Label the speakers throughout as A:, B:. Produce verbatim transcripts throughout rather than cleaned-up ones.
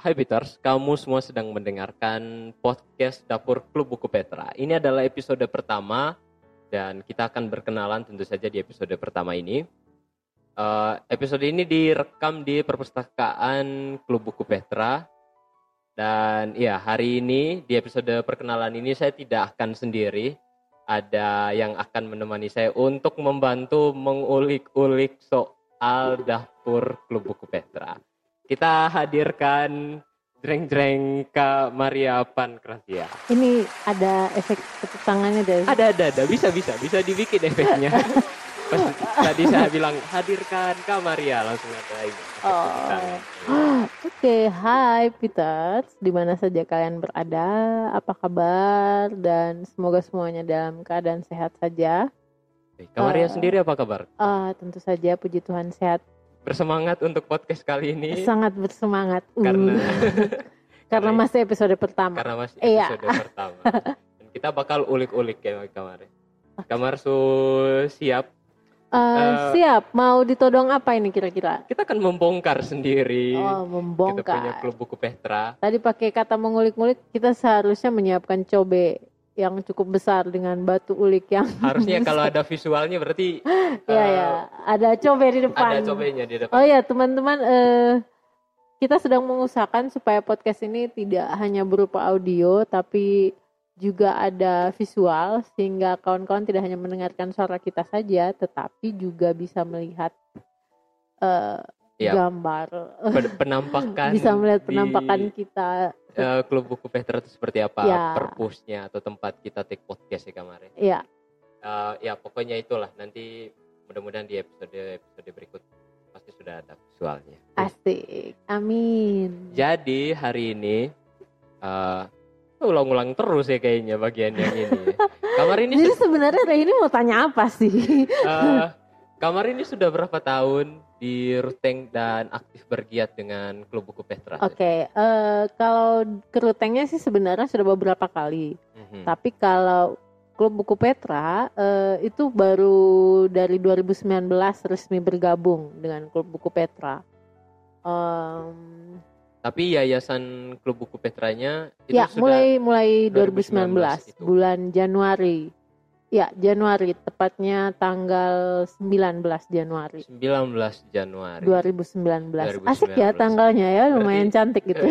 A: Hai Peters, kamu semua sedang mendengarkan podcast Dapur Klub Buku Petra. Ini adalah episode pertama dan kita akan berkenalan tentu saja di episode pertama ini. Uh, episode ini direkam di perpustakaan Klub Buku Petra. Dan ya, hari ini di episode perkenalan ini saya tidak akan sendiri. Ada yang akan menemani saya untuk membantu mengulik-ulik soal Dapur Klub Buku Petra. Kita hadirkan jreng-jreng Kak Maria Pancracia.
B: Ini ada efek tepuk tangannya dari.
A: Ada, ada, ada. Bisa, bisa. Bisa dibikin efeknya. Pas tadi saya bilang hadirkan Kak Maria, langsung ada ini.
B: Oh. Oke, okay. Hai Peter. Di mana saja kalian berada? Apa kabar? Dan semoga semuanya dalam keadaan sehat saja.
A: Kak Maria uh, sendiri apa kabar?
B: Uh, tentu saja, puji Tuhan sehat.
A: Bersemangat untuk podcast kali ini.
B: Sangat bersemangat. Uh.
A: Karena
B: karena masih episode pertama.
A: Karena masih episode iya. pertama. Dan kita bakal ulik-ulik ya Kamar. Kamar su siap?
B: Uh, uh, siap. Mau ditodong apa ini kira-kira?
A: Kita akan membongkar sendiri.
B: Oh, membongkar.
A: Kita punya Klub Buku Petra.
B: Tadi pakai kata mengulik-ngulik, kita seharusnya menyiapkan cobe yang cukup besar dengan batu ulik yang
A: harusnya besar. Kalau ada visualnya berarti
B: ya uh, ya ada cobe di depan.
A: Ada cobenya di depan.
B: Oh ya teman-teman, uh, kita sedang mengusahakan supaya podcast ini tidak hanya berupa audio tapi juga ada visual sehingga kawan-kawan tidak hanya mendengarkan suara kita saja tetapi juga bisa melihat uh, ya, gambar
A: penampakan
B: bisa melihat penampakan
A: di...
B: kita.
A: Uh, Klub Buku Petra itu seperti apa ya. Perpusnya atau tempat kita take podcast ya kemarin.
B: Iya.
A: Uh, ya pokoknya itulah, nanti mudah-mudahan di episode episode berikut pasti sudah ada visualnya.
B: Asik, amin.
A: Jadi hari ini uh, ulang-ulang terus ya kayaknya bagian yang ini. Kamar ini.
B: Jadi se- sebenarnya Ray ini mau tanya apa sih?
A: uh, Kamar ini sudah berapa tahun di Ruteng dan aktif bergiat dengan Klub Buku Petra?
B: Oke, okay, uh, kalau ke Rutengnya sih sebenarnya sudah beberapa kali. Mm-hmm. Tapi kalau Klub Buku Petra uh, itu baru dari dua ribu sembilan belas resmi bergabung dengan Klub Buku Petra. Um,
A: Tapi yayasan Klub Buku Petranya itu
B: ya,
A: sudah
B: mulai mulai dua ribu sembilan belas,
A: itu.
B: Bulan Januari. Ya, Januari, tepatnya tanggal sembilan belas Januari.
A: sembilan belas Januari
B: dua ribu sembilan belas.
A: dua ribu sembilan belas.
B: Asik ya tanggalnya ya, lumayan berarti, cantik gitu.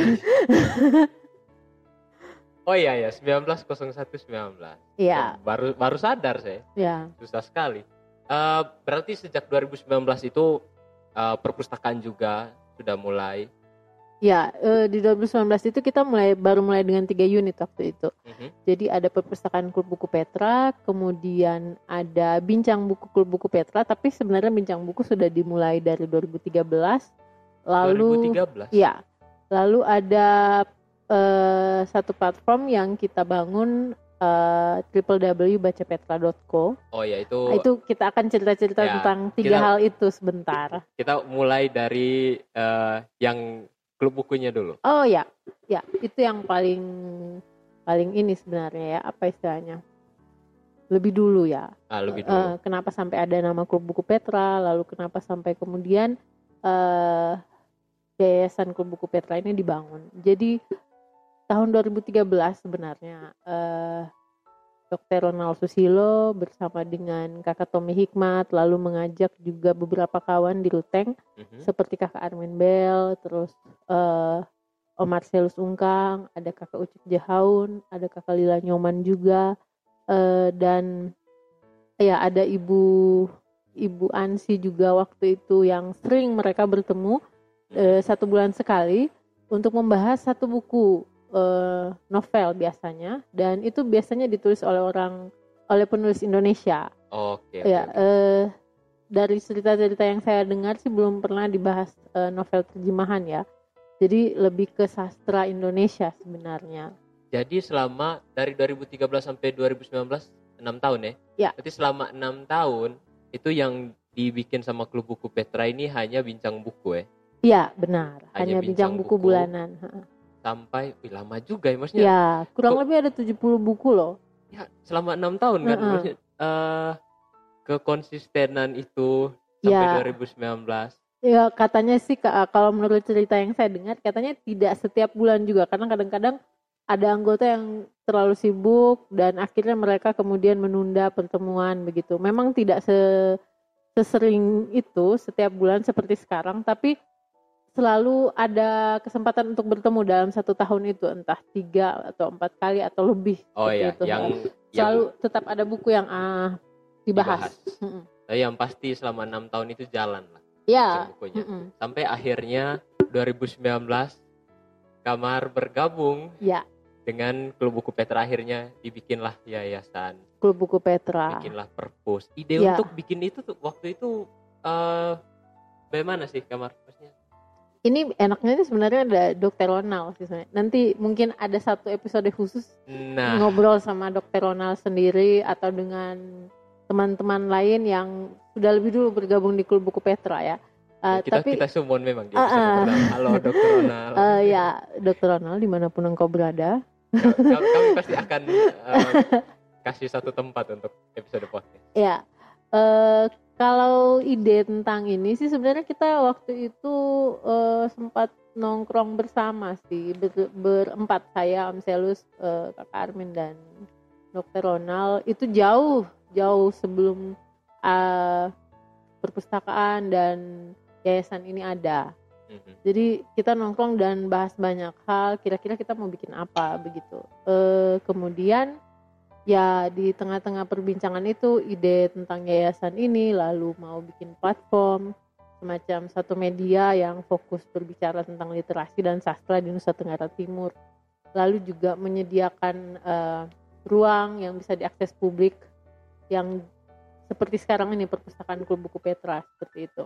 A: Oh iya ya, sembilan belas nol satu sembilan belas.
B: Iya.
A: Baru baru sadar saya.
B: Iya.
A: Susah sekali. Uh, berarti sejak dua ribu sembilan belas itu uh, perpustakaan juga sudah mulai.
B: Ya, uh, di dua ribu sembilan belas itu kita mulai baru mulai dengan tiga unit waktu itu. Uh-huh. Jadi ada perpustakaan Klub Buku Petra, kemudian ada bincang buku Klub Buku Petra, tapi sebenarnya bincang buku sudah dimulai dari dua ribu tiga belas. Lalu
A: dua ribu tiga belas.
B: Ya. Lalu ada uh, satu platform yang kita bangun uh, w w w titik baca petra titik co.
A: Oh ya itu.
B: Nah, itu kita akan cerita-cerita ya, tentang tiga kita, hal itu sebentar.
A: Kita mulai dari uh, yang Klub bukunya dulu.
B: Oh ya, ya itu yang paling paling ini sebenarnya ya, apa istilahnya? Lebih dulu ya.
A: Ah, lebih dulu.
B: Uh, kenapa sampai ada nama Klub Buku Petra, lalu kenapa sampai kemudian uh, yayasan Klub Buku Petra ini dibangun. Jadi tahun dua ribu tiga belas sebenarnya uh, dokter Ronald Susilo bersama dengan Kakak Tommy Hikmat lalu mengajak juga beberapa kawan di Ruteng mm-hmm. seperti Kakak Armin Bell, terus uh, Om Marcelus Ungkang, ada Kakak Ucik Jahaun, ada Kakak Lila Nyoman juga, uh, dan ya ada Ibu Ibu Ansi juga waktu itu yang sering mereka bertemu uh, satu bulan sekali untuk membahas satu buku. Uh, novel biasanya, dan itu biasanya ditulis oleh orang oleh penulis Indonesia.
A: Oke. Okay,
B: ya, okay. Uh, dari cerita-cerita yang saya dengar sih belum pernah dibahas uh, novel terjemahan ya. Jadi lebih ke sastra Indonesia sebenarnya.
A: Jadi selama dari dua ribu tiga belas sampai dua ribu sembilan belas enam tahun ya?
B: Ya.
A: Berarti selama enam tahun itu yang dibikin sama Klub Buku Petra ini hanya bincang buku ya?
B: Iya benar. Hanya, hanya bincang, bincang buku, buku bulanan.
A: Sampai wih, lama juga ya maksudnya.
B: Ya, kurang
A: Kok,
B: lebih ada tujuh puluh buku loh.
A: Ya, selama enam tahun kan. Uh-uh. Maksudnya uh, kekonsistenan itu sampai ya. dua ribu sembilan belas.
B: Ya katanya sih ka- kalau menurut cerita yang saya dengar katanya tidak setiap bulan juga karena kadang-kadang ada anggota yang terlalu sibuk dan akhirnya mereka kemudian menunda pertemuan begitu. Memang tidak se- sesering itu setiap bulan seperti sekarang, tapi selalu ada kesempatan untuk bertemu dalam satu tahun itu entah tiga atau empat kali atau lebih
A: Oh
B: seperti
A: ya,
B: itu.
A: yang
B: Selalu
A: yang
B: tetap ada buku yang ah, dibahas.
A: dibahas. Tapi yang pasti selama enam tahun itu jalan lah
B: Ya.
A: bukunya.
B: Mm-mm.
A: Sampai akhirnya dua ribu sembilan belas Kamar bergabung
B: Ya.
A: dengan Klub Buku Petra, akhirnya dibikinlah yayasan,
B: Klub Buku Petra.
A: bikinlah perpus. Ide
B: Ya.
A: untuk bikin itu tuh waktu itu uh, bagaimana sih Kamar? Maksudnya?
B: Ini enaknya ini sebenarnya ada Dokter Ronald sih sebenarnya. Nanti mungkin ada satu episode khusus
A: Nah,
B: ngobrol sama Dokter Ronald sendiri atau dengan teman-teman lain yang sudah lebih dulu bergabung di Klub Buku Petra ya. Uh,
A: kita
B: tapi
A: kita summon memang di
B: uh,
A: episode
B: uh,
A: pertama. Halo Dokter Ronald.
B: Uh, ya Dokter Ronald dimanapun engkau berada.
A: Kami, kami pasti akan uh, kasih satu tempat untuk episode podcast.
B: Ya, uh, kalau ide tentang ini sih sebenarnya kita waktu itu uh, sempat nongkrong bersama sih ber, berempat, saya, Om Selus, uh, Kakak Armin dan Dokter Ronald. Itu jauh jauh sebelum uh, perpustakaan dan yayasan ini ada. Mm-hmm. Jadi kita nongkrong dan bahas banyak hal. Kira-kira kita mau bikin apa begitu. Uh, kemudian ya di tengah-tengah perbincangan itu ide tentang yayasan ini, lalu mau bikin platform semacam satu media yang fokus berbicara tentang literasi dan sastra di Nusa Tenggara Timur, lalu juga menyediakan uh, ruang yang bisa diakses publik yang seperti sekarang ini perpustakaan Klub Buku Petra seperti itu.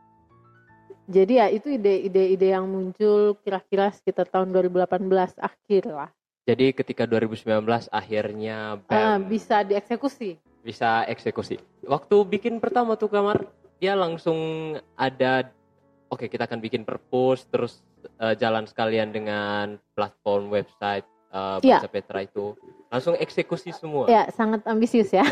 B: Jadi ya itu ide-ide yang muncul kira-kira sekitar tahun dua ribu delapan belas akhir lah.
A: Jadi ketika dua ribu sembilan belas akhirnya
B: uh, bisa dieksekusi.
A: Bisa eksekusi. Waktu bikin pertama tuh Kamar, dia langsung ada, oke okay, kita akan bikin perpus, terus uh, jalan sekalian dengan platform website uh, Baca ya. Petra itu. Langsung eksekusi semua.
B: Ya, sangat ambisius ya.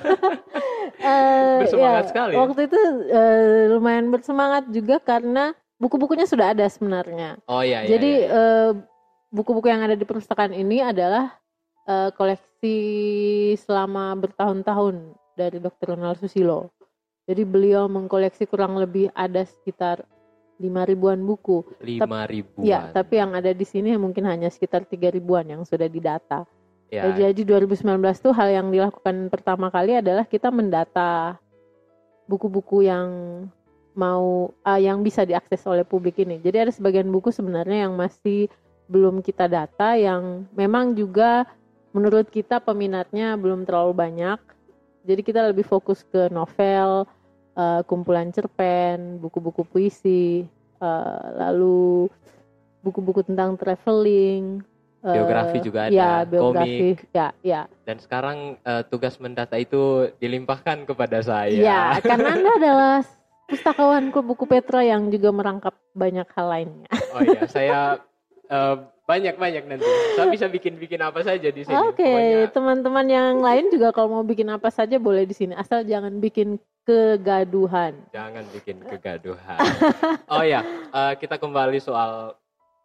B: uh,
A: Bersemangat
B: ya,
A: sekali.
B: Waktu itu uh, lumayan bersemangat juga karena buku-bukunya sudah ada sebenarnya.
A: Oh iya.
B: Jadi
A: iya, iya.
B: Uh, buku-buku yang ada di perpustakaan ini adalah uh, koleksi selama bertahun-tahun dari Dokter Ronald Susilo. Jadi beliau mengkoleksi kurang lebih ada sekitar lima ribuan buku.
A: lima ribuan.
B: Ya, tapi yang ada di sini mungkin hanya sekitar tiga ribuan yang sudah didata.
A: Ya.
B: Jadi dua ribu sembilan belas itu hal yang dilakukan pertama kali adalah kita mendata buku-buku yang mau uh, yang bisa diakses oleh publik ini. Jadi ada sebagian buku sebenarnya yang masih belum kita data, yang memang juga menurut kita peminatnya belum terlalu banyak. Jadi kita lebih fokus ke novel, uh, kumpulan cerpen, buku-buku puisi, uh, lalu buku-buku tentang traveling,
A: biografi uh, juga ada,
B: ya, biografi,
A: komik.
B: Ya, ya.
A: Dan sekarang uh, tugas mendata itu dilimpahkan kepada saya.
B: Ya, karena Anda adalah pustakawan Klub Buku Petra yang juga merangkap banyak hal lainnya.
A: Oh iya, saya Uh, banyak-banyak nanti. Saya bisa bikin-bikin apa saja di sini.
B: Oke, okay, teman-teman yang lain juga kalau mau bikin apa saja boleh di sini. Asal jangan bikin kegaduhan.
A: Jangan bikin kegaduhan. Oh ya, uh, kita kembali soal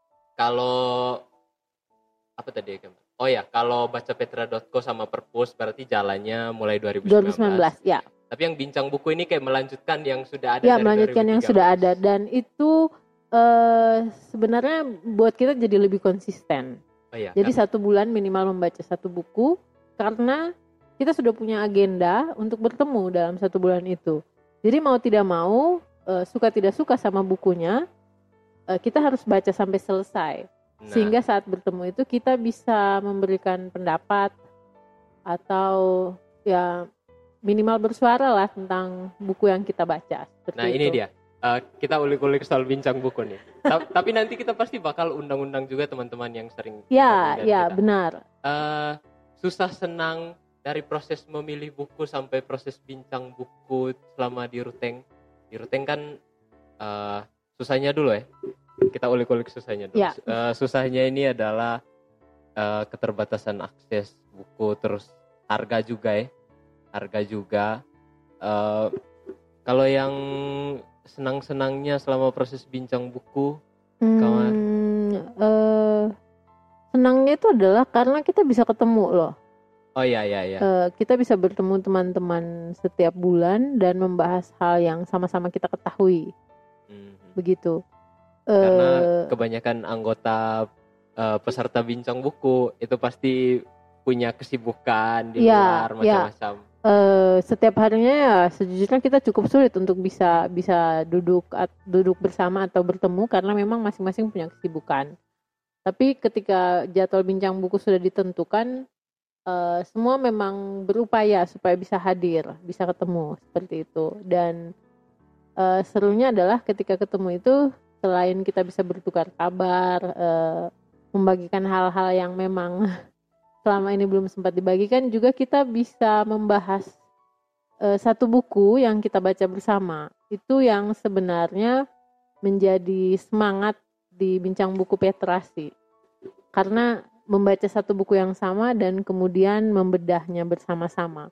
A: kalau apa tadi? Oh ya, kalau baca petra dot co sama perpus berarti jalannya mulai dua ribu sembilan belas.
B: dua ribu sembilan belas, ya.
A: Tapi yang bincang buku ini kayak melanjutkan yang sudah ada.
B: Ya,
A: dari
B: melanjutkan yang sudah ada, dan itu Uh, sebenarnya buat kita jadi lebih konsisten.
A: Oh iya,
B: jadi
A: kan?
B: Satu bulan minimal membaca satu buku, karena kita sudah punya agenda untuk bertemu dalam satu bulan itu. Jadi mau tidak mau, uh, suka tidak suka sama bukunya, uh, kita harus baca sampai selesai. Nah. Sehingga saat bertemu itu kita bisa memberikan pendapat atau ya minimal bersuara lah tentang buku yang kita baca.
A: Nah itu. Ini dia. Uh, kita ulik-ulik soal bincang buku nih. Tapi nanti kita pasti bakal undang-undang juga teman-teman yang sering.
B: Ya, ya kita. Benar.
A: Uh, susah senang dari proses memilih buku sampai proses bincang buku selama di Ruteng. Di Ruteng kan uh, susahnya dulu ya. Kita ulik-ulik susahnya dulu.
B: Ya.
A: Uh, susahnya ini adalah uh, keterbatasan akses buku, terus harga juga ya. Harga juga. Uh, kalau yang senang-senangnya selama proses bincang buku, kawan?
B: Hmm, eh, senangnya itu adalah karena kita bisa ketemu loh.
A: Oh iya iya iya.
B: Eh, kita bisa bertemu teman-teman setiap bulan dan membahas hal yang sama-sama kita ketahui,
A: Mhm.
B: begitu.
A: Karena
B: Eh,
A: kebanyakan anggota eh, peserta bincang buku itu pasti punya kesibukan di
B: Ya,
A: luar
B: ya.
A: macam-macam.
B: eh, setiap harinya ya sejujurnya kita cukup sulit untuk bisa bisa duduk at- duduk bersama atau bertemu karena memang masing-masing punya kesibukan. Tapi ketika jadwal bincang buku sudah ditentukan, eh, semua memang berupaya supaya bisa hadir, bisa ketemu seperti itu. Dan eh, serunya adalah ketika ketemu itu selain kita bisa bertukar kabar, eh, membagikan hal-hal yang memang selama ini belum sempat dibagikan, juga kita bisa membahas eh, satu buku yang kita baca bersama. Itu yang sebenarnya menjadi semangat di Bincang Buku Petra sih. Karena membaca satu buku yang sama dan kemudian membedahnya bersama-sama.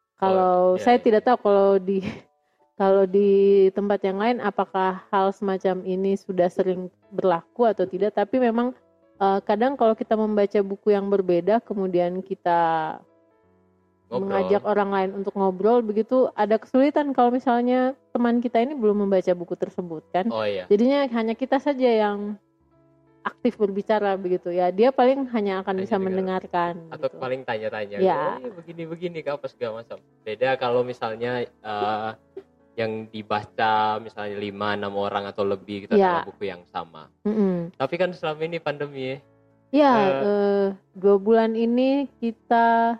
B: Kalau
A: Oh, iya,
B: saya
A: iya.
B: tidak tahu kalau di kalau di tempat yang lain apakah hal semacam ini sudah sering berlaku atau tidak, tapi memang eh, kadang kalau kita membaca buku yang berbeda kemudian kita
A: Ngobrol.
B: mengajak orang lain untuk ngobrol, begitu ada kesulitan kalau misalnya teman kita ini belum membaca buku tersebut kan.
A: Oh iya.
B: Jadinya hanya kita saja yang aktif berbicara begitu ya. Dia paling hanya akan
A: Hanya
B: bisa
A: dengar.
B: mendengarkan
A: Atau
B: gitu.
A: paling tanya-tanya,
B: Ya.
A: oh, iya, begini-begini apa segala macam. Beda kalau misalnya eh, yang dibaca misalnya lima enam orang atau lebih gitu
B: Ya.
A: adalah buku yang sama.
B: Mm-mm.
A: Tapi kan selama ini pandemi ya.
B: Ya,
A: Eh.
B: eh, dua bulan ini kita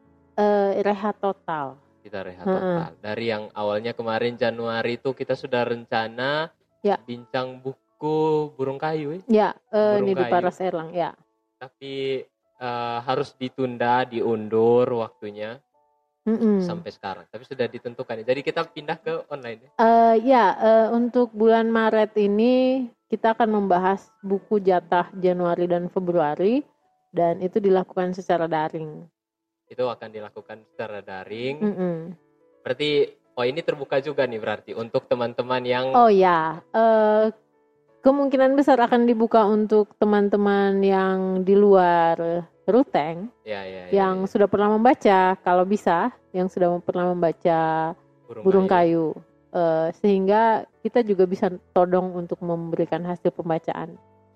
B: eh, rehat total.
A: Kita rehat
B: Heeh.
A: total. Dari yang awalnya kemarin Januari itu kita sudah rencana
B: Ya.
A: bincang buku Burung Kayu ya.
B: Ya, eh,
A: Burung
B: ini di
A: Kayu.
B: Paras Erlang ya.
A: Tapi eh, harus ditunda, diundur waktunya
B: Mm-mm.
A: sampai sekarang. Tapi sudah ditentukan ya. Jadi kita pindah ke online ya.
B: Eh, ya, eh, untuk bulan Maret ini kita akan membahas buku jatah Januari dan Februari dan itu dilakukan secara daring.
A: Itu akan dilakukan secara daring.
B: Mm-mm.
A: Berarti oh ini terbuka juga nih berarti untuk teman-teman yang
B: Oh ya, eh, kemungkinan besar akan dibuka untuk teman-teman yang di luar Ruteng
A: ya, ya, ya,
B: yang
A: ya.
B: sudah pernah membaca, kalau bisa, yang sudah pernah membaca
A: Burung,
B: Burung
A: Kayu.
B: Kayu. Eh, sehingga kita juga bisa todong untuk memberikan hasil pembacaan.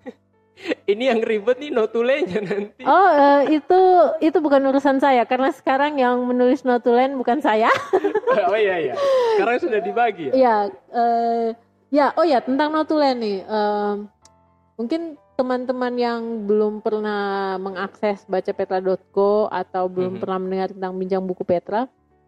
A: Ini yang ribet nih notulenya nanti.
B: Oh, eh, itu itu bukan urusan saya karena sekarang yang menulis notulen bukan saya.
A: Oh iya iya. Sekarang sudah dibagi ya.
B: Iya, eh, ya, oh ya tentang notulen nih. Eh, mungkin teman-teman yang belum pernah mengakses baca petra dot co atau belum
A: Mhm.
B: pernah mendengar tentang Bincang Buku Petra,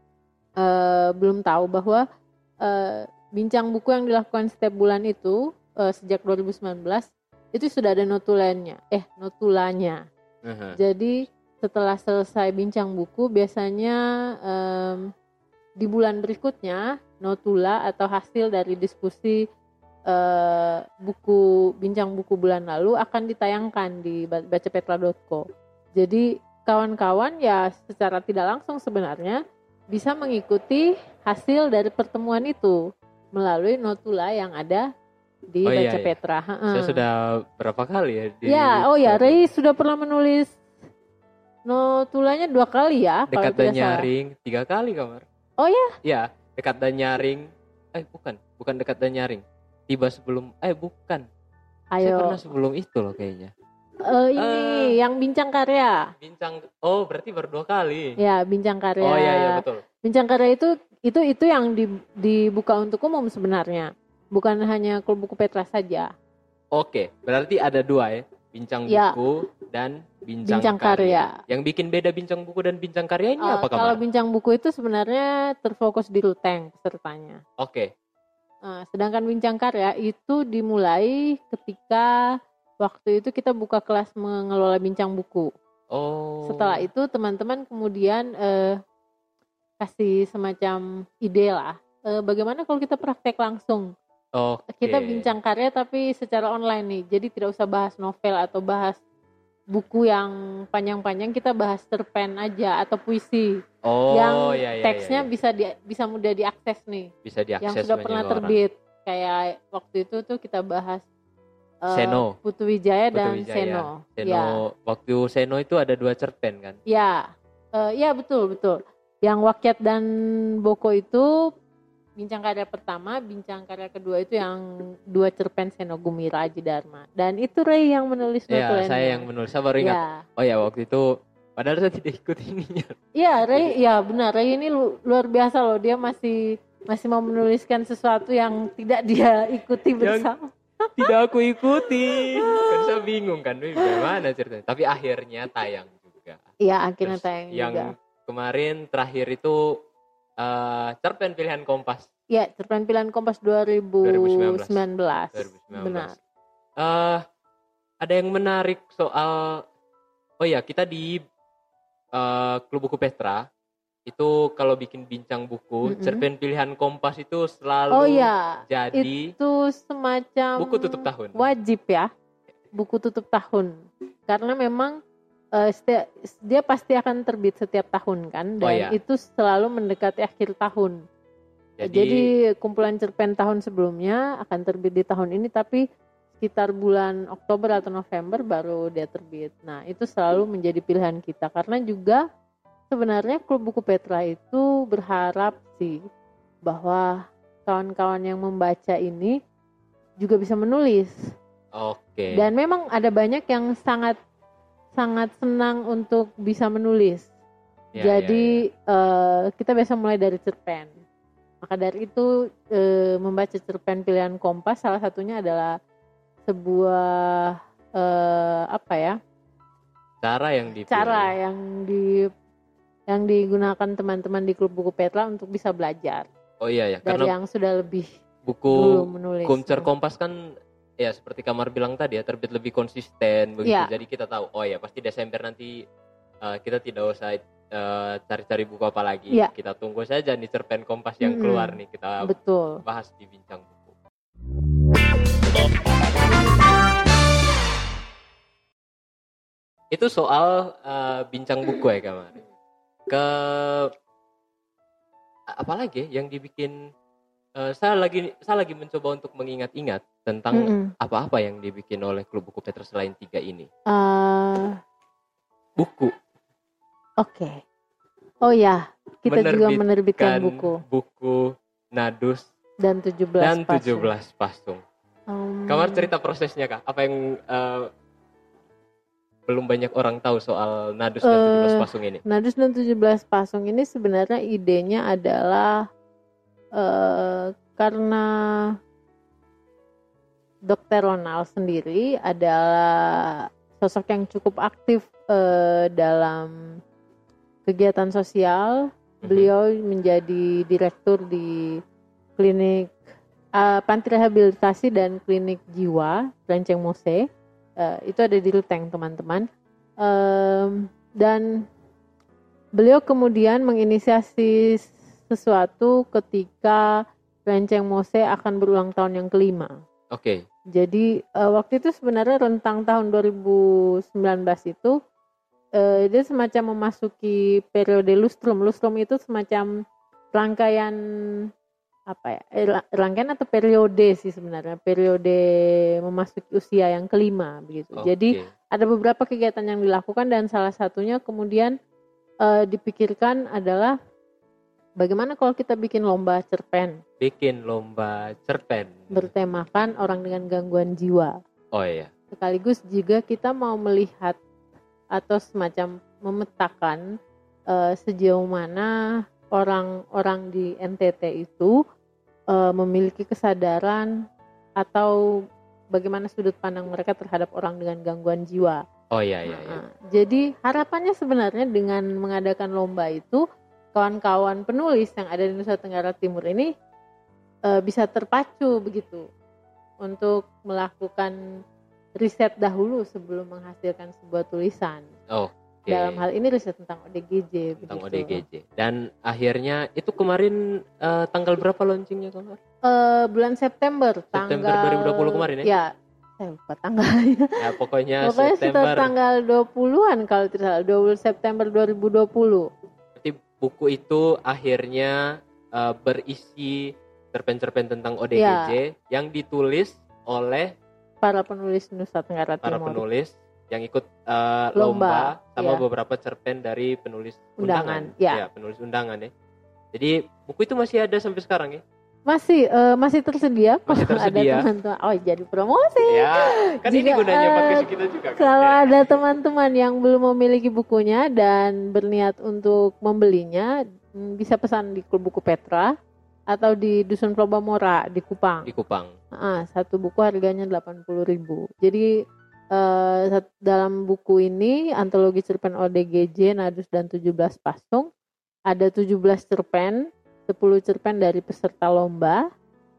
B: eh, belum tahu bahwa eh, bincang buku yang dilakukan setiap bulan itu eh, sejak dua ribu sembilan belas itu sudah ada notulennya, eh notulanya.
A: Aha.
B: Jadi setelah selesai bincang buku biasanya em, di bulan berikutnya notula atau hasil dari diskusi eh, buku bincang buku bulan lalu akan ditayangkan di baca petra dot co. Jadi kawan-kawan ya secara tidak langsung sebenarnya bisa mengikuti hasil dari pertemuan itu melalui notula yang ada di
A: Oh, iya,
B: Baca
A: iya.
B: Petra.
A: Saya
B: Heeh.
A: sudah berapa kali ya di
B: Ya, oh ya, Ray sudah pernah menulis notulanya dua kali ya, kalau
A: dekat
B: tidak
A: dan
B: salah.
A: nyaring tiga kali kamar.
B: Oh ya?
A: Iya, dekat dan nyaring. Eh bukan, bukan dekat dan nyaring. Tiba sebelum eh bukan. Saya
B: Ayo.
A: pernah sebelum itu loh kayaknya.
B: Eh, ini
A: Eh.
B: yang bincang karya.
A: Bincang. Oh, berarti baru dua kali.
B: Ya, bincang karya.
A: Oh iya iya betul.
B: Bincang karya itu itu itu yang di, dibuka untuk umum sebenarnya. Bukan hanya klub buku Petra saja.
A: Oke, berarti ada dua ya. Bincang
B: Ya.
A: buku dan bincang,
B: Bincang
A: karya.
B: karya.
A: Yang bikin beda bincang buku dan bincang karya ini
B: Eh,
A: apa
B: kalau
A: kamar?
B: bincang buku itu sebenarnya terfokus di Ruteng pesertanya.
A: Oke.
B: Eh, sedangkan bincang karya itu dimulai ketika waktu itu kita buka kelas mengelola bincang buku.
A: Oh.
B: Setelah itu teman-teman kemudian eh, kasih semacam ide lah. Eh, bagaimana kalau kita praktek langsung?
A: Oke.
B: Kita bincang karya tapi secara online nih. Jadi tidak usah bahas novel atau bahas buku yang panjang-panjang, kita bahas cerpen aja atau puisi.
A: Oh
B: yang
A: iya iya.
B: teksnya
A: iya.
B: bisa di, bisa mudah diakses nih.
A: bisa diakses
B: Yang sudah pernah
A: banyak orang.
B: terbit. kayak waktu itu tuh kita bahas uh,
A: Seno.
B: Putu Wijaya
A: Putu
B: dan
A: Wijaya.
B: Seno.
A: Seno
B: Ya.
A: Waktu Seno itu ada dua cerpen kan?
B: Ya, uh, ya betul betul. Yang Wakyat dan Boko itu bincang karya pertama, bincang karya kedua itu yang dua cerpen Seno Gumira Aji Dharma. Dan itu Ray yang menulis notulennya.
A: Iya, saya yang menulis. Saya baru ingat. Ya. Oh ya, waktu itu padahal saya tidak ikut ini.
B: Iya, Ray, ya benar. Ray ini lu, luar biasa loh. Dia masih masih mau menuliskan sesuatu yang tidak dia ikuti bersama.
A: Tidak aku ikuti. Kan saya bingung kan, bagaimana ceritanya. Tapi akhirnya tayang juga.
B: Iya, akhirnya
A: Terus
B: tayang
A: yang
B: juga.
A: Yang kemarin terakhir itu uh, cerpen pilihan Kompas.
B: Iya, cerpen pilihan Kompas dua ribu sembilan belas.
A: dua ribu sembilan belas.
B: Benar.
A: Uh, ada yang menarik soal, oh ya kita di uh, Klub Buku Petra itu kalau bikin bincang buku, mm-hmm. cerpen pilihan Kompas itu selalu
B: oh, ya.
A: jadi
B: itu semacam
A: buku tutup tahun.
B: Wajib ya, buku tutup tahun. Karena memang uh, setiap, dia pasti akan terbit setiap tahun kan, dan
A: oh, ya.
B: itu selalu mendekati akhir tahun. Jadi, Jadi kumpulan cerpen tahun sebelumnya akan terbit di tahun ini, tapi sekitar bulan Oktober atau November baru dia terbit. Nah, itu selalu menjadi pilihan kita karena juga sebenarnya Klub Buku Petra itu berharap sih bahwa kawan-kawan yang membaca ini juga bisa menulis.
A: Oke.
B: Dan memang ada banyak yang sangat sangat senang untuk bisa menulis. Ya, Jadi ya, ya. Uh, kita biasa mulai dari cerpen. Maka dari itu uh, membaca cerpen pilihan Kompas salah satunya adalah sebuah uh, apa ya?
A: Cara yang dipilih.
B: Cara yang di yang digunakan teman-teman di Klub Buku Petra untuk bisa belajar.
A: Oh iya ya,
B: dari
A: karena
B: yang sudah lebih
A: buku
B: dulu menulis.
A: Kumcer Kompas kan ya seperti Kamar bilang tadi ya, terbit lebih konsisten begitu. Ya. Jadi kita tahu, oh ya pasti Desember nanti uh, kita tidak usah uh, cari-cari buku apa lagi. Ya. Kita tunggu saja nih cerpen Kompas yang hmm, keluar nih, kita
B: betul.
A: bahas di bincang buku. Itu soal uh, bincang buku ya kemarin. Ke apalagi yang dibikin uh, saya lagi saya lagi mencoba untuk mengingat-ingat tentang mm-hmm. apa-apa yang dibikin oleh Klub Buku Petra selain tiga ini. Uh, buku.
B: Oke. Okay. Oh ya, kita juga menerbitkan buku.
A: Buku Nadus
B: dan tujuh belas
A: dan tujuh belas Pasung. Um, Kamar cerita prosesnya Kak. Apa yang uh, belum banyak orang tahu soal Nadus dan tujuh belas Pasung ini.
B: Nadus dan tujuh belas Pasung ini sebenarnya idenya adalah uh, karena dokter Ronald sendiri adalah sosok yang cukup aktif uh, dalam kegiatan sosial. Mm-hmm. Beliau menjadi direktur di klinik uh, panti rehabilitasi dan klinik jiwa Renceng Mose. Uh, itu ada di Ruteng teman-teman, um, dan beliau kemudian menginisiasi sesuatu ketika Renceng Mose akan berulang tahun yang kelima.
A: Oke. Okay.
B: Jadi uh, waktu itu sebenarnya rentang tahun dua ribu sembilan belas itu uh, dia semacam memasuki periode lustrum. Lustrum itu semacam rangkaian apa ya, rangkaian atau periode sih sebenarnya, periode memasuki usia yang kelima begitu. Okay. Jadi ada beberapa kegiatan yang dilakukan dan salah satunya kemudian uh, dipikirkan adalah bagaimana kalau kita bikin lomba cerpen.
A: Bikin lomba cerpen.
B: Bertemakan orang dengan gangguan jiwa.
A: Oh iya.
B: Sekaligus juga kita mau melihat atau semacam memetakan uh, sejauh mana orang-orang di N T T itu Uh, memiliki kesadaran atau bagaimana sudut pandang mereka terhadap orang dengan gangguan jiwa.
A: Oh iya iya. iya.
B: Nah, jadi harapannya sebenarnya dengan mengadakan lomba itu kawan-kawan penulis yang ada di Nusa Tenggara Timur ini uh, bisa terpacu begitu untuk melakukan riset dahulu sebelum menghasilkan sebuah tulisan.
A: Oh. Okay.
B: Dalam hal ini riset tentang O D G J.
A: Tentang
B: begitu.
A: O D G J. Dan akhirnya itu kemarin uh, tanggal berapa launchingnya Kamar?
B: Uh, bulan September.
A: September
B: tanggal,
A: dua ribu dua puluh kemarin ya?
B: Ya, saya lupa tanggalnya.
A: Ya pokoknya,
B: pokoknya
A: September.
B: Pokoknya tanggal dua puluhan kalau tidak salah, dua puluh September dua ribu dua puluh.
A: Berarti buku itu akhirnya uh, berisi cerpen-cerpen tentang O D G J ya. Yang ditulis oleh
B: para penulis Nusa Tenggara
A: para
B: Timur.
A: Para penulis yang ikut uh, lomba, lomba sama ya. Beberapa cerpen dari penulis undangan. undangan. Ya. ya, penulis undangan ya. Jadi buku itu masih ada sampai sekarang ya?
B: Masih uh, masih tersedia.
A: Masih tersedia.
B: Ada teman-teman. Oh, jadi promosi.
A: Ya, kan Jika, ini gunanya podcast kita juga. Kan?
B: Kalau ada teman-teman yang belum memiliki bukunya dan berniat untuk membelinya, bisa pesan di Klub Buku Petra atau di Dusun Probamora di Kupang.
A: Di Kupang.
B: Uh, satu buku harganya delapan puluh ribu. Jadi uh, dalam buku ini antologi cerpen O D G J Nadus dan tujuh belas Pasung, ada tujuh belas cerpen, sepuluh cerpen dari peserta lomba.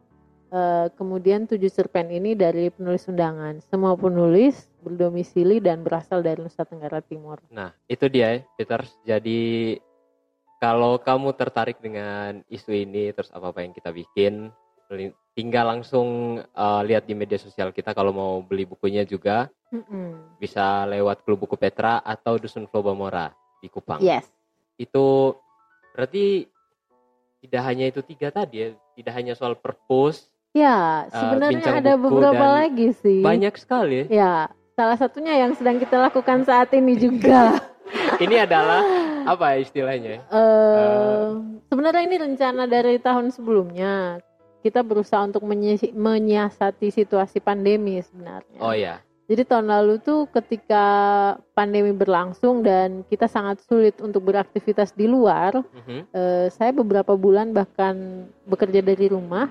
B: Uh, kemudian tujuh cerpen ini dari penulis undangan. Semua penulis berdomisili dan berasal dari Nusa Tenggara Timur.
A: Nah, itu dia, Peter. Jadi kalau kamu tertarik dengan isu ini, terus apa-apa yang kita bikin, tinggal langsung uh, lihat di media sosial kita. Kalau mau beli bukunya juga, Mm-mm. bisa lewat Klub Buku Petra atau Dusun Probamora di Kupang.
B: Yes.
A: Itu berarti tidak hanya itu tiga tadi ya, tidak hanya soal purpose.
B: Ya, sebenarnya uh, ada beberapa lagi sih.
A: Banyak sekali.
B: Ya, salah satunya yang sedang kita lakukan saat ini juga.
A: Ini adalah apa istilahnya?
B: Uh, uh, sebenarnya ini rencana dari tahun sebelumnya. Kita berusaha untuk menyi- menyiasati situasi pandemi sebenarnya.
A: Oh ya.
B: Jadi tahun lalu tuh ketika pandemi berlangsung dan kita sangat sulit untuk beraktivitas di luar, uh-huh. uh, saya beberapa bulan bahkan bekerja dari rumah.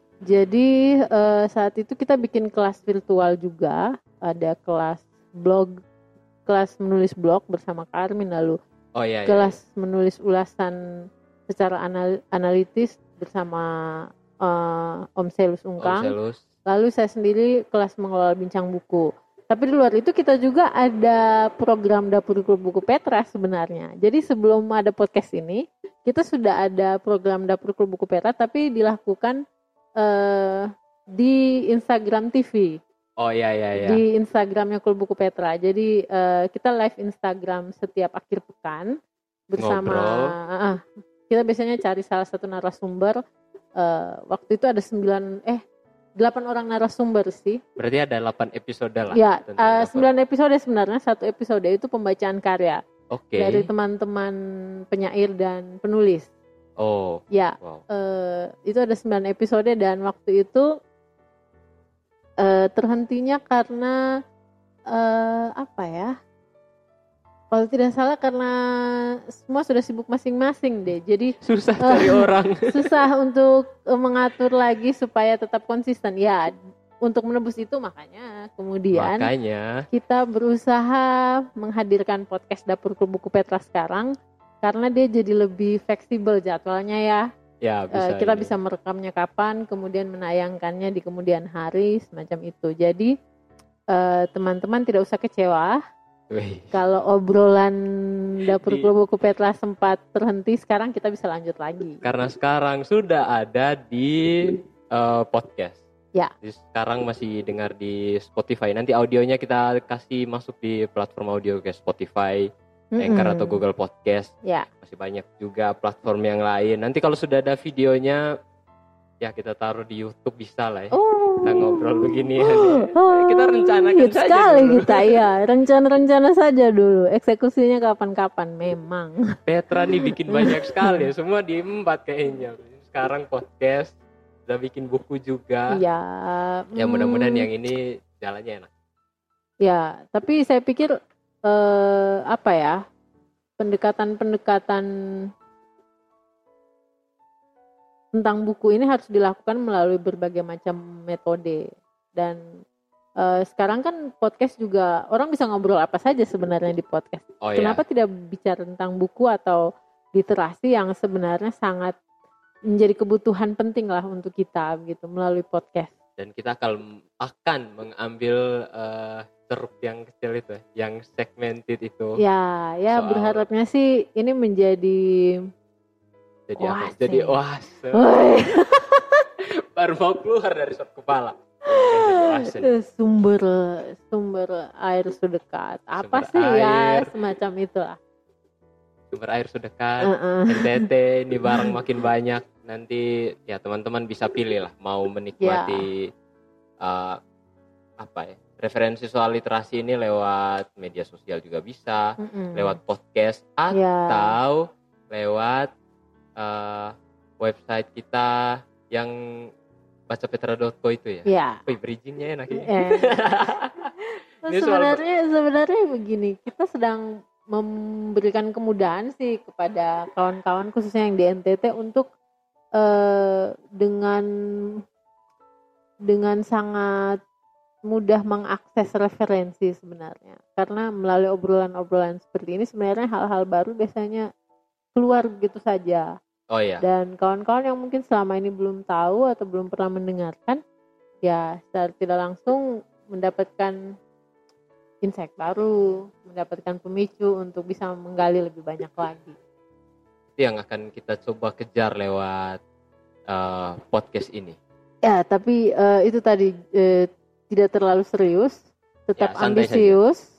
B: Jadi uh, saat itu kita bikin kelas virtual juga, ada kelas blog, kelas menulis blog bersama Karmin, lalu
A: oh, iya,
B: kelas
A: iya.
B: menulis ulasan secara anal- analitis bersama uh, Om Selus Ungkang.
A: Om Selus.
B: Lalu saya sendiri kelas mengelola bincang buku. Tapi di luar itu kita juga ada program Dapur Klub Buku Petra sebenarnya. Jadi sebelum ada podcast ini, kita sudah ada program Dapur Klub Buku Petra, tapi dilakukan uh, di Instagram T V.
A: Oh iya iya iya.
B: Di Instagramnya Klub Buku Petra. Jadi uh, kita live Instagram setiap akhir pekan bersama. Uh, kita biasanya cari salah satu narasumber. Uh, waktu itu ada sembilan eh delapan orang narasumber sih.
A: Berarti ada delapan episode lah.
B: Ya, uh, sembilan episode sebenarnya. Satu episode itu pembacaan karya.
A: Oke. Okay.
B: Dari teman-teman penyair dan penulis.
A: Oh.
B: Ya,
A: wow.
B: uh, itu ada sembilan episode dan waktu itu uh, terhentinya karena uh, apa ya? Kalau tidak salah karena semua sudah sibuk masing-masing deh. Jadi
A: susah cari uh, orang.
B: Susah untuk uh, mengatur lagi supaya tetap konsisten. Ya, untuk menebus itu makanya kemudian
A: makanya
B: kita berusaha menghadirkan podcast Dapur Klub Buku Petra sekarang karena dia jadi lebih fleksibel jadwalnya ya.
A: Ya, bisa.
B: Uh, kita
A: ini.
B: bisa merekamnya kapan, kemudian menayangkannya di kemudian hari semacam itu. Jadi uh, teman-teman tidak usah kecewa.
A: Wih.
B: Kalau obrolan Dapur Klub Buku Petra sempat terhenti, sekarang kita bisa lanjut lagi.
A: Karena sekarang sudah ada di uh, podcast.
B: Ya.
A: Jadi sekarang masih dengar di Spotify. Nanti audionya kita kasih masuk di platform audio kayak Spotify, mm-hmm. Anchor atau Google Podcast.
B: Ya.
A: Masih banyak juga platform yang lain. Nanti kalau sudah ada videonya, ya kita taruh di YouTube bisa lah ya.
B: Oh.
A: Kita ngobrol begini ya. Oh, kita rencanakan saja
B: sekali
A: dulu.
B: Kita ya, rencana-rencana saja dulu. Eksekusinya kapan-kapan memang.
A: Petra nih bikin banyak sekali ya, semua diembat kayaknya. Sekarang podcast, udah bikin buku juga.
B: Ya.
A: Ya mudah-mudahan hmm. yang ini jalannya enak.
B: Ya, tapi saya pikir eh, apa ya? Pendekatan-pendekatan tentang buku ini harus dilakukan melalui berbagai macam metode dan uh, sekarang kan podcast juga orang bisa ngobrol apa saja sebenarnya di podcast.
A: Oh,
B: Kenapa
A: iya?
B: tidak bicara tentang buku atau literasi yang sebenarnya sangat menjadi kebutuhan penting lah untuk kita gitu melalui podcast.
A: Dan kita akan akan mengambil uh, ceruk yang kecil itu, yang segmented itu.
B: Ya, ya
A: soal...
B: berharapnya sih ini menjadi
A: Jadi
B: oase.
A: apa? Jadi oase. Baru mau keluar dari sop kepala.
B: Sumber sumber air sedekat. Apa
A: sumber
B: sih
A: air.
B: ya semacam itulah.
A: Sumber air sedekat.
B: Uh-uh.
A: N T T ini barang makin banyak. nanti ya teman-teman bisa pilih lah mau menikmati uh, apa ya referensi soal literasi ini lewat media sosial juga bisa,
B: Mm-mm.
A: lewat podcast atau lewat uh, website kita yang bacapetra dot co itu ya.
B: Ya.
A: Wih, bridgingnya enak ya.
B: Eh. Nah, sebenarnya sebenarnya begini, kita sedang memberikan kemudahan sih kepada kawan-kawan khususnya yang di N T T untuk eh, dengan dengan sangat mudah mengakses referensi sebenarnya. Karena melalui obrolan-obrolan seperti ini sebenarnya hal-hal baru biasanya keluar begitu saja.
A: Oh iya.
B: Dan kawan-kawan yang mungkin selama ini belum tahu atau belum pernah mendengarkan, ya secara tidak langsung mendapatkan insight baru, mendapatkan pemicu untuk bisa menggali lebih banyak lagi.
A: Itu yang akan kita coba kejar lewat uh, podcast ini. Ya,
B: tapi uh, itu tadi uh, tidak terlalu serius, tetap ya, ambisius.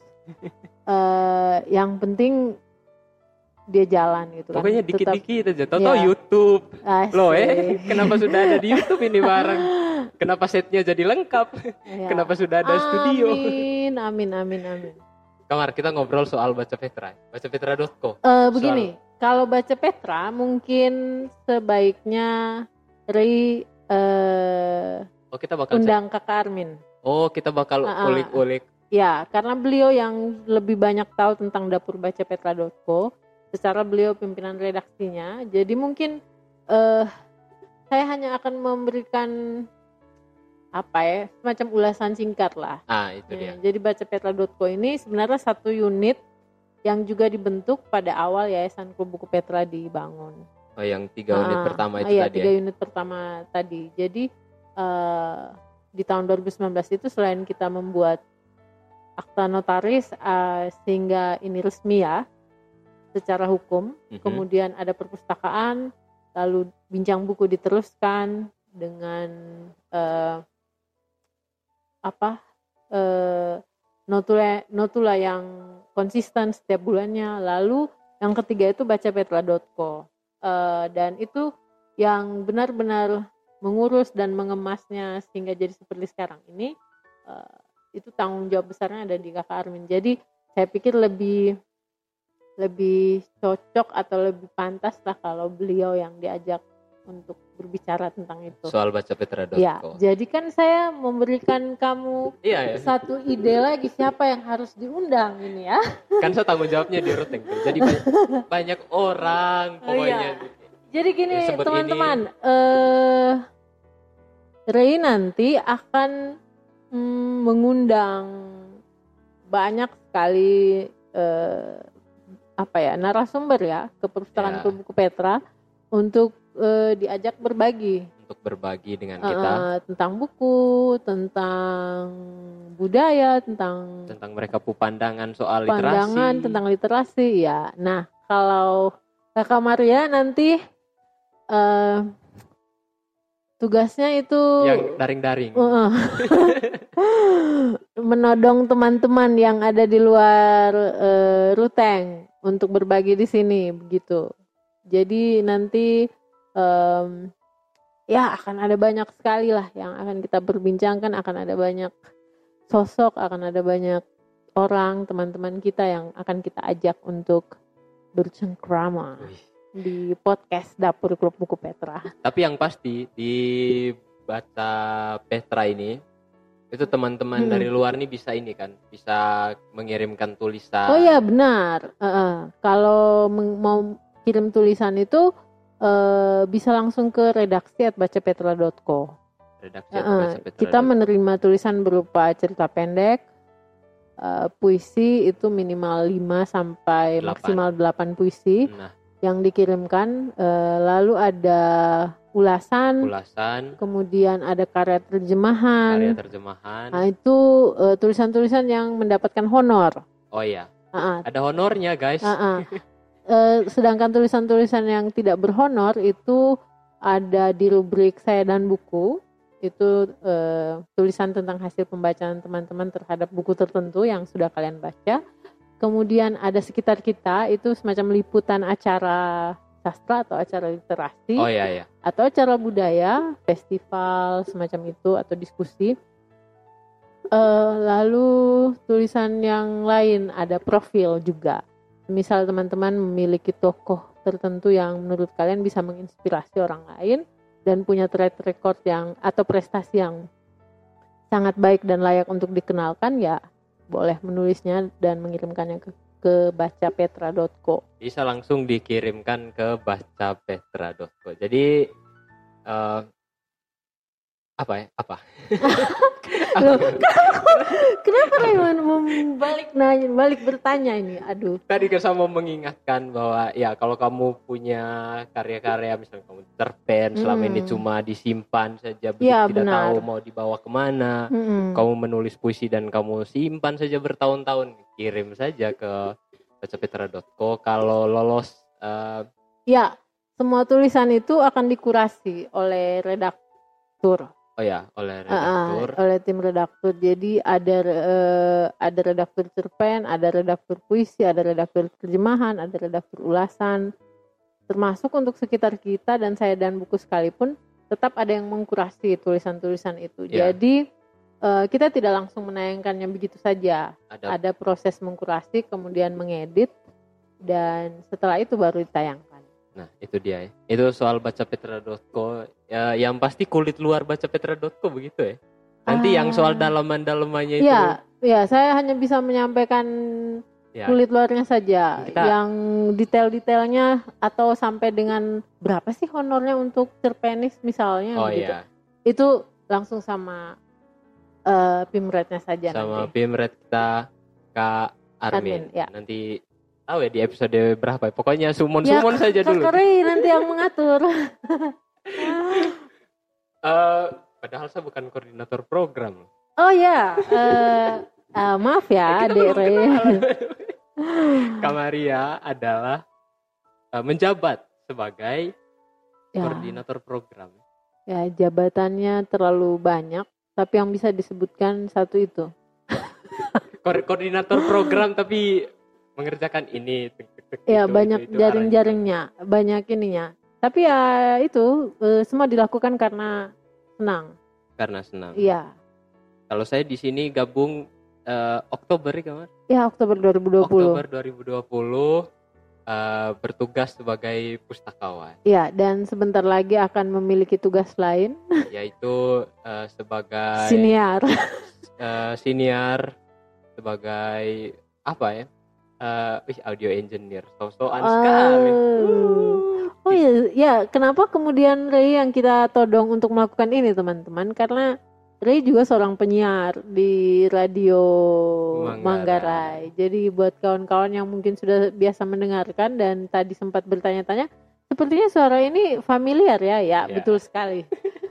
B: uh, yang penting dia jalan gitu kan.
A: Pokoknya dikit-dikit aja. Tahu-tahu ya. YouTube. Asik. Loh eh, kenapa sudah ada di YouTube ini bareng? Kenapa setnya jadi lengkap? Ya. Kenapa sudah ada
B: amin,
A: studio?
B: Amin, amin, amin, amin.
A: Kamar kita ngobrol soal bacapetra, bacapetra dot co.
B: Uh, begini, soal... kalau bacapetra mungkin sebaiknya Ray uh,
A: oh, kita bakal
B: undang Kakak Armin.
A: Oh, kita bakal uh-uh. ulik-ulik.
B: Ya, karena beliau yang lebih banyak tahu tentang dapur bacapetra dot co. Secara beliau pimpinan redaksinya, jadi mungkin uh, saya hanya akan memberikan apa ya semacam ulasan singkat lah.
A: Ah itu
B: ya,
A: dia.
B: Jadi bacapetra dot co ini sebenarnya satu unit yang juga dibentuk pada awal Yayasan Klub Buku Petra dibangun.
A: Oh yang tiga unit
B: ah,
A: pertama itu
B: iya,
A: tadi.
B: Tiga
A: ya?
B: unit pertama tadi. Jadi uh, di tahun dua ribu sembilan belas itu selain kita membuat akta notaris uh, sehingga ini resmi ya. Secara hukum, mm-hmm. kemudian ada perpustakaan, lalu bincang buku diteruskan dengan uh, apa uh, notula notula yang konsisten setiap bulannya, lalu yang ketiga itu bacapetra dot co uh, dan itu yang benar-benar mengurus dan mengemasnya sehingga jadi seperti sekarang ini uh, itu tanggung jawab besarnya ada di Kakak Armin. Jadi saya pikir lebih lebih cocok atau lebih pantas lah kalau beliau yang diajak untuk berbicara tentang itu.
A: Soal bacapetra dot co.
B: Ya, jadi kan saya memberikan kamu
A: iya, ya.
B: satu ide lagi siapa yang harus diundang ini ya.
A: Kan saya tanggung jawabnya di routing. Jadi banyak, banyak orang pokoknya.
B: Iya. Jadi gini teman-teman, eh Ray nanti akan mm, mengundang banyak sekali eh, apa ya narasumber ya ke perpustakaan Klub Buku Petra untuk uh, diajak berbagi
A: untuk berbagi dengan
B: uh,
A: kita
B: tentang buku, tentang budaya, tentang
A: tentang mereka pu pandangan soal
B: pandangan
A: literasi.
B: tentang literasi ya. Nah, kalau Kakak Maria nanti uh, tugasnya itu
A: yang daring-daring.
B: Uh, menodong teman-teman yang ada di luar uh, Ruteng untuk berbagi di sini begitu. Jadi nanti um, ya akan ada banyak sekali lah yang akan kita perbincangkan, akan ada banyak sosok, akan ada banyak orang teman-teman kita yang akan kita ajak untuk bercengkrama di podcast Dapur Klub Buku Petra.
A: Tapi yang pasti di Baca Petra ini itu teman-teman hmm. dari luar nih bisa ini kan, bisa mengirimkan tulisan.
B: Oh iya benar. Uh-uh. Kalau meng- mau kirim tulisan itu uh, bisa langsung ke redaksi at bacapetra dot co.
A: Redaksi at bacapetra dot co.
B: Kita menerima tulisan berupa cerita pendek, uh, puisi itu minimal lima sampai delapan. Maksimal delapan puisi. Nah. Yang dikirimkan, uh, lalu ada ulasan,
A: ulasan,
B: kemudian ada karya terjemahan,
A: karya terjemahan.
B: Nah itu uh, tulisan-tulisan yang mendapatkan honor.
A: Oh iya,
B: uh-uh.
A: ada honornya guys.
B: Uh-uh. uh, sedangkan tulisan-tulisan yang tidak berhonor itu ada di rubrik saya dan buku. Itu uh, tulisan tentang hasil pembacaan teman-teman terhadap buku tertentu yang sudah kalian baca. Kemudian ada sekitar kita, itu semacam liputan acara sastra atau acara literasi,
A: Oh iya iya.
B: atau acara budaya, festival semacam itu atau diskusi. Uh, lalu tulisan yang lain ada profil juga. Misal teman-teman memiliki tokoh tertentu yang menurut kalian bisa menginspirasi orang lain dan punya track record yang atau prestasi yang sangat baik dan layak untuk dikenalkan, ya boleh menulisnya dan mengirimkannya ke, ke bacapetra dot co.
A: Bisa langsung dikirimkan ke bacapetra dot co. Jadi uh, apa ya? Apa?
B: Loh, kenapa Raymond membalik nanya, balik bertanya ini? Aduh.
A: Tadi saya mau mengingatkan bahwa ya kalau kamu punya karya-karya, misalnya kamu cerpen, hmm. selama ini cuma disimpan saja,
B: ya,
A: tidak
B: benar.
A: tahu mau dibawa kemana.
B: Hmm.
A: Kamu menulis puisi dan kamu simpan saja bertahun-tahun, kirim saja ke bacapetra dot co. Kalau lolos, uh...
B: ya, semua tulisan itu akan dikurasi oleh redaktur.
A: Oh ya, oleh redaktur.
B: Uh, oleh tim redaktur. Jadi ada uh, ada redaktur cerpen, ada redaktur puisi, ada redaktur terjemahan, ada redaktur ulasan. Termasuk untuk sekitar kita dan saya dan buku sekalipun tetap ada yang mengkurasi tulisan-tulisan itu. Yeah. Jadi uh, kita tidak langsung menayangkannya begitu saja. Ada, ada proses mengkurasi, kemudian mengedit, dan setelah itu baru ditayangkan.
A: Nah itu dia ya. Itu soal bacapetra dot co ya, yang pasti kulit luar bacapetra dot co begitu ya. Nanti ah. yang soal dalaman-dalamannya itu.
B: Ya, ya saya hanya bisa menyampaikan ya. Kulit luarnya saja. Kita... Yang detail-detailnya atau sampai dengan berapa sih honornya untuk cerpenis misalnya
A: oh,
B: gitu.
A: Iya.
B: Itu langsung sama uh, pimretnya saja.
A: Sama
B: nanti.
A: pimret kita Kak Armin.
B: Armin ya.
A: Nanti tahu ya di episode berapa ya. Pokoknya sumon-sumon ya, saja dulu.
B: Kak Rey nanti yang mengatur.
A: uh, padahal saya bukan koordinator program.
B: Oh ya, uh, uh, maaf ya, Dek Rey.
A: Kak Maria adalah uh, menjabat sebagai ya. Koordinator program.
B: Ya, jabatannya terlalu banyak, tapi yang bisa disebutkan satu itu.
A: Ko- koordinator program tapi mengerjakan ini
B: ya itu, banyak itu, itu jaring-jaringnya arahnya. Banyak ininya, tapi ya itu e, semua dilakukan karena senang
A: karena senang
B: iya.
A: Kalau saya di sini gabung e, Oktober ya Kamar?
B: Ya Oktober dua ribu dua puluh
A: Oktober dua ribu dua puluh e, bertugas sebagai pustakawan.
B: Iya, dan sebentar lagi akan memiliki tugas lain
A: yaitu e, sebagai
B: siniar
A: e, siniar sebagai apa ya? Uh, audio engineer, so-soan uh, sekali.
B: Oh iya, ya kenapa kemudian Ray yang kita todong untuk melakukan ini teman-teman? Karena Ray juga seorang penyiar di radio Manggarai. Manggarai. Jadi buat kawan-kawan yang mungkin sudah biasa mendengarkan dan tadi sempat bertanya-tanya, sepertinya suara ini familiar ya? Ya, ya. Betul sekali.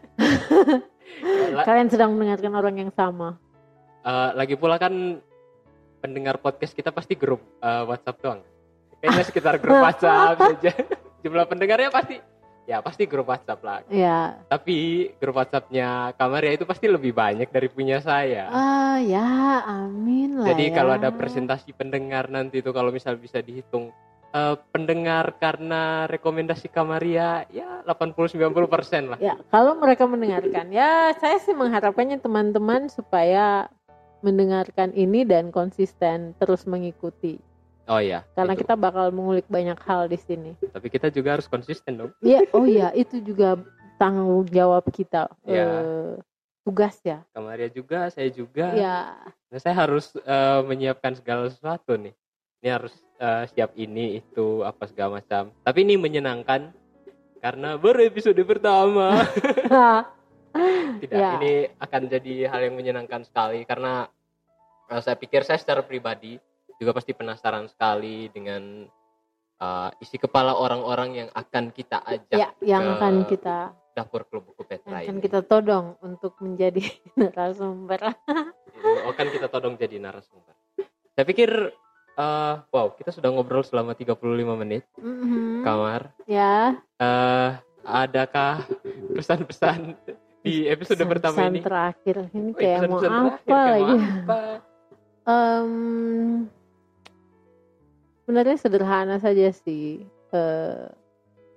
B: Kalian sedang mendengarkan orang yang sama.
A: Uh, lagi pula kan pendengar podcast kita pasti grup uh, WhatsApp doang. Kayaknya sekitar grup WhatsApp saja. Jumlah pendengarnya pasti ya pasti grup WhatsApp lah.
B: Iya.
A: Tapi grup WhatsApp-nya Kamaria itu pasti lebih banyak dari punya saya.
B: Ah ya, amin lah.
A: Jadi
B: ya.
A: Kalau ada presentasi pendengar nanti itu kalau misal bisa dihitung uh, pendengar karena rekomendasi Kamaria ya delapan puluh sampai sembilan puluh persen lah.
B: Ya, kalau mereka mendengarkan ya saya sih mengharapkannya teman-teman supaya mendengarkan ini dan konsisten terus mengikuti.
A: Oh iya.
B: Karena
A: itu.
B: Kita bakal mengulik banyak hal di sini.
A: Tapi kita juga harus konsisten dong.
B: Iya, oh iya, itu juga tanggung jawab kita.
A: Ya.
B: Uh, tugas ya.
A: Kamaria juga, saya juga.
B: Iya.
A: Nah, saya harus uh, menyiapkan segala sesuatu nih. Ini harus uh, siap ini, itu, apa segala macam. Tapi ini menyenangkan karena baru episode pertama. Tidak, ya. Ini akan jadi hal yang menyenangkan sekali karena uh, saya pikir saya secara pribadi juga pasti penasaran sekali dengan uh, isi kepala orang-orang yang akan kita ajak
B: ya, yang ke akan kita
A: dapur klub buku Petra
B: akan
A: ini.
B: Kita todong untuk menjadi narasumber.
A: Akan kita todong jadi narasumber. Saya pikir uh, wow, kita sudah ngobrol selama tiga puluh lima menit.
B: Mm-hmm.
A: Kamar.
B: Ya.
A: Uh, adakah pesan-pesan di episode
B: pesan,
A: pertama
B: pesan
A: ini
B: terakhir ini kayak
A: pesan,
B: mau
A: pesan
B: apa
A: terakhir,
B: lagi
A: apa?
B: Um, sebenarnya sederhana saja sih. uh,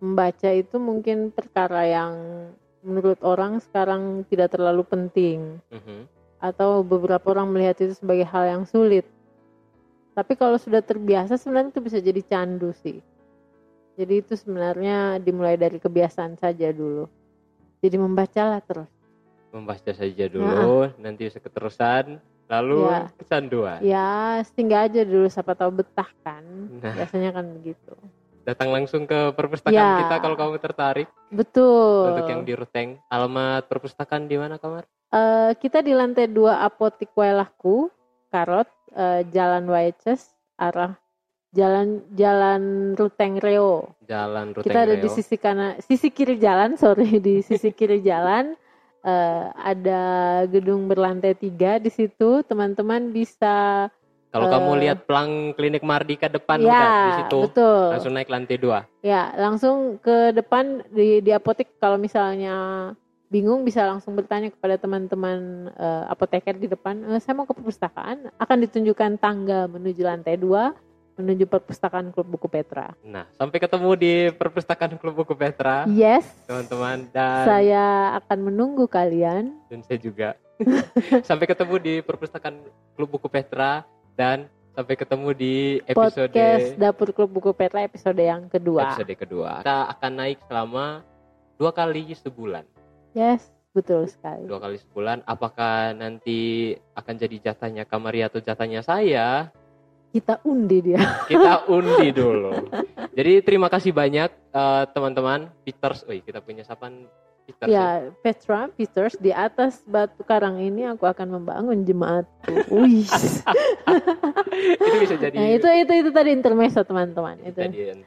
B: membaca itu mungkin perkara yang menurut orang sekarang tidak terlalu penting,
A: Mhm.
B: atau beberapa orang melihat itu sebagai hal yang sulit. Tapi kalau sudah terbiasa sebenarnya itu bisa jadi candu sih. Jadi itu sebenarnya dimulai dari kebiasaan saja dulu. Jadi membacalah terus.
A: Membaca saja dulu, nanti bisa keterusan, lalu
B: Ya.
A: kecanduan.
B: Ya, singgah aja dulu, siapa tahu betah kan.
A: Nah.
B: Biasanya kan begitu.
A: Datang langsung ke perpustakaan
B: Ya.
A: kita kalau kamu tertarik.
B: Betul.
A: Untuk yang di Ruteng. Alamat perpustakaan di mana, Kamar?
B: Uh, kita di lantai dua Apotik Wailahku, Karot, uh, Jalan Waices, arah Jalan Jalan Ruteng Reo.
A: Jalan Ruteng
B: Kita ada
A: Reo.
B: di sisi kanan, sisi kiri jalan, sorry di sisi kiri jalan. Uh, ada gedung berlantai tiga di situ, teman-teman bisa.
A: Kalau
B: uh,
A: kamu lihat pelang klinik Mardika depan
B: ya,
A: udah di situ,
B: betul.
A: langsung naik lantai dua.
B: Ya, langsung ke depan di, di apotek. Kalau misalnya bingung bisa langsung bertanya kepada teman-teman uh, apoteker di depan. E, saya mau ke perpustakaan, akan ditunjukkan tangga menuju lantai dua, menuju perpustakaan Klub Buku Petra.
A: Nah, sampai ketemu di perpustakaan Klub Buku Petra.
B: Yes,
A: teman-teman, dan
B: saya akan menunggu kalian.
A: Dan saya juga. Sampai ketemu di perpustakaan Klub Buku Petra, dan sampai ketemu di episode
B: podcast Dapur Klub Buku Petra episode yang kedua.
A: Episode kedua. Kita akan naik selama dua kali sebulan.
B: Yes, betul sekali.
A: Dua kali sebulan. Apakah nanti akan jadi jatahnya Kamari atau jatahnya saya?
B: Kita undi dia.
A: Kita undi dulu. Jadi terima kasih banyak uh, teman-teman. Peters, wih kita punya sapaan Peters.
B: Ya, Petra, Peters, di atas batu karang ini aku akan membangun jemaatku. Wih.
A: Itu bisa jadi.
B: Nah, itu itu itu tadi intermezzo teman-teman. Itu.
A: Tadi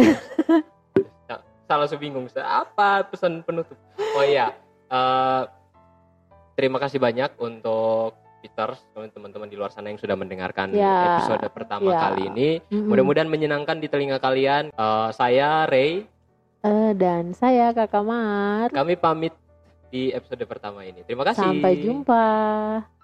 A: salah sebingung. Apa pesan penutup? Oh iya. Uh, terima kasih banyak untuk Peters, teman-teman di luar sana yang sudah mendengarkan
B: ya,
A: episode pertama
B: ya.
A: kali ini.
B: Mm-mm.
A: Mudah-mudahan menyenangkan di telinga kalian. Uh, saya Ray.
B: Uh, dan saya Kakak Mar.
A: Kami pamit di episode pertama ini. Terima kasih.
B: Sampai jumpa.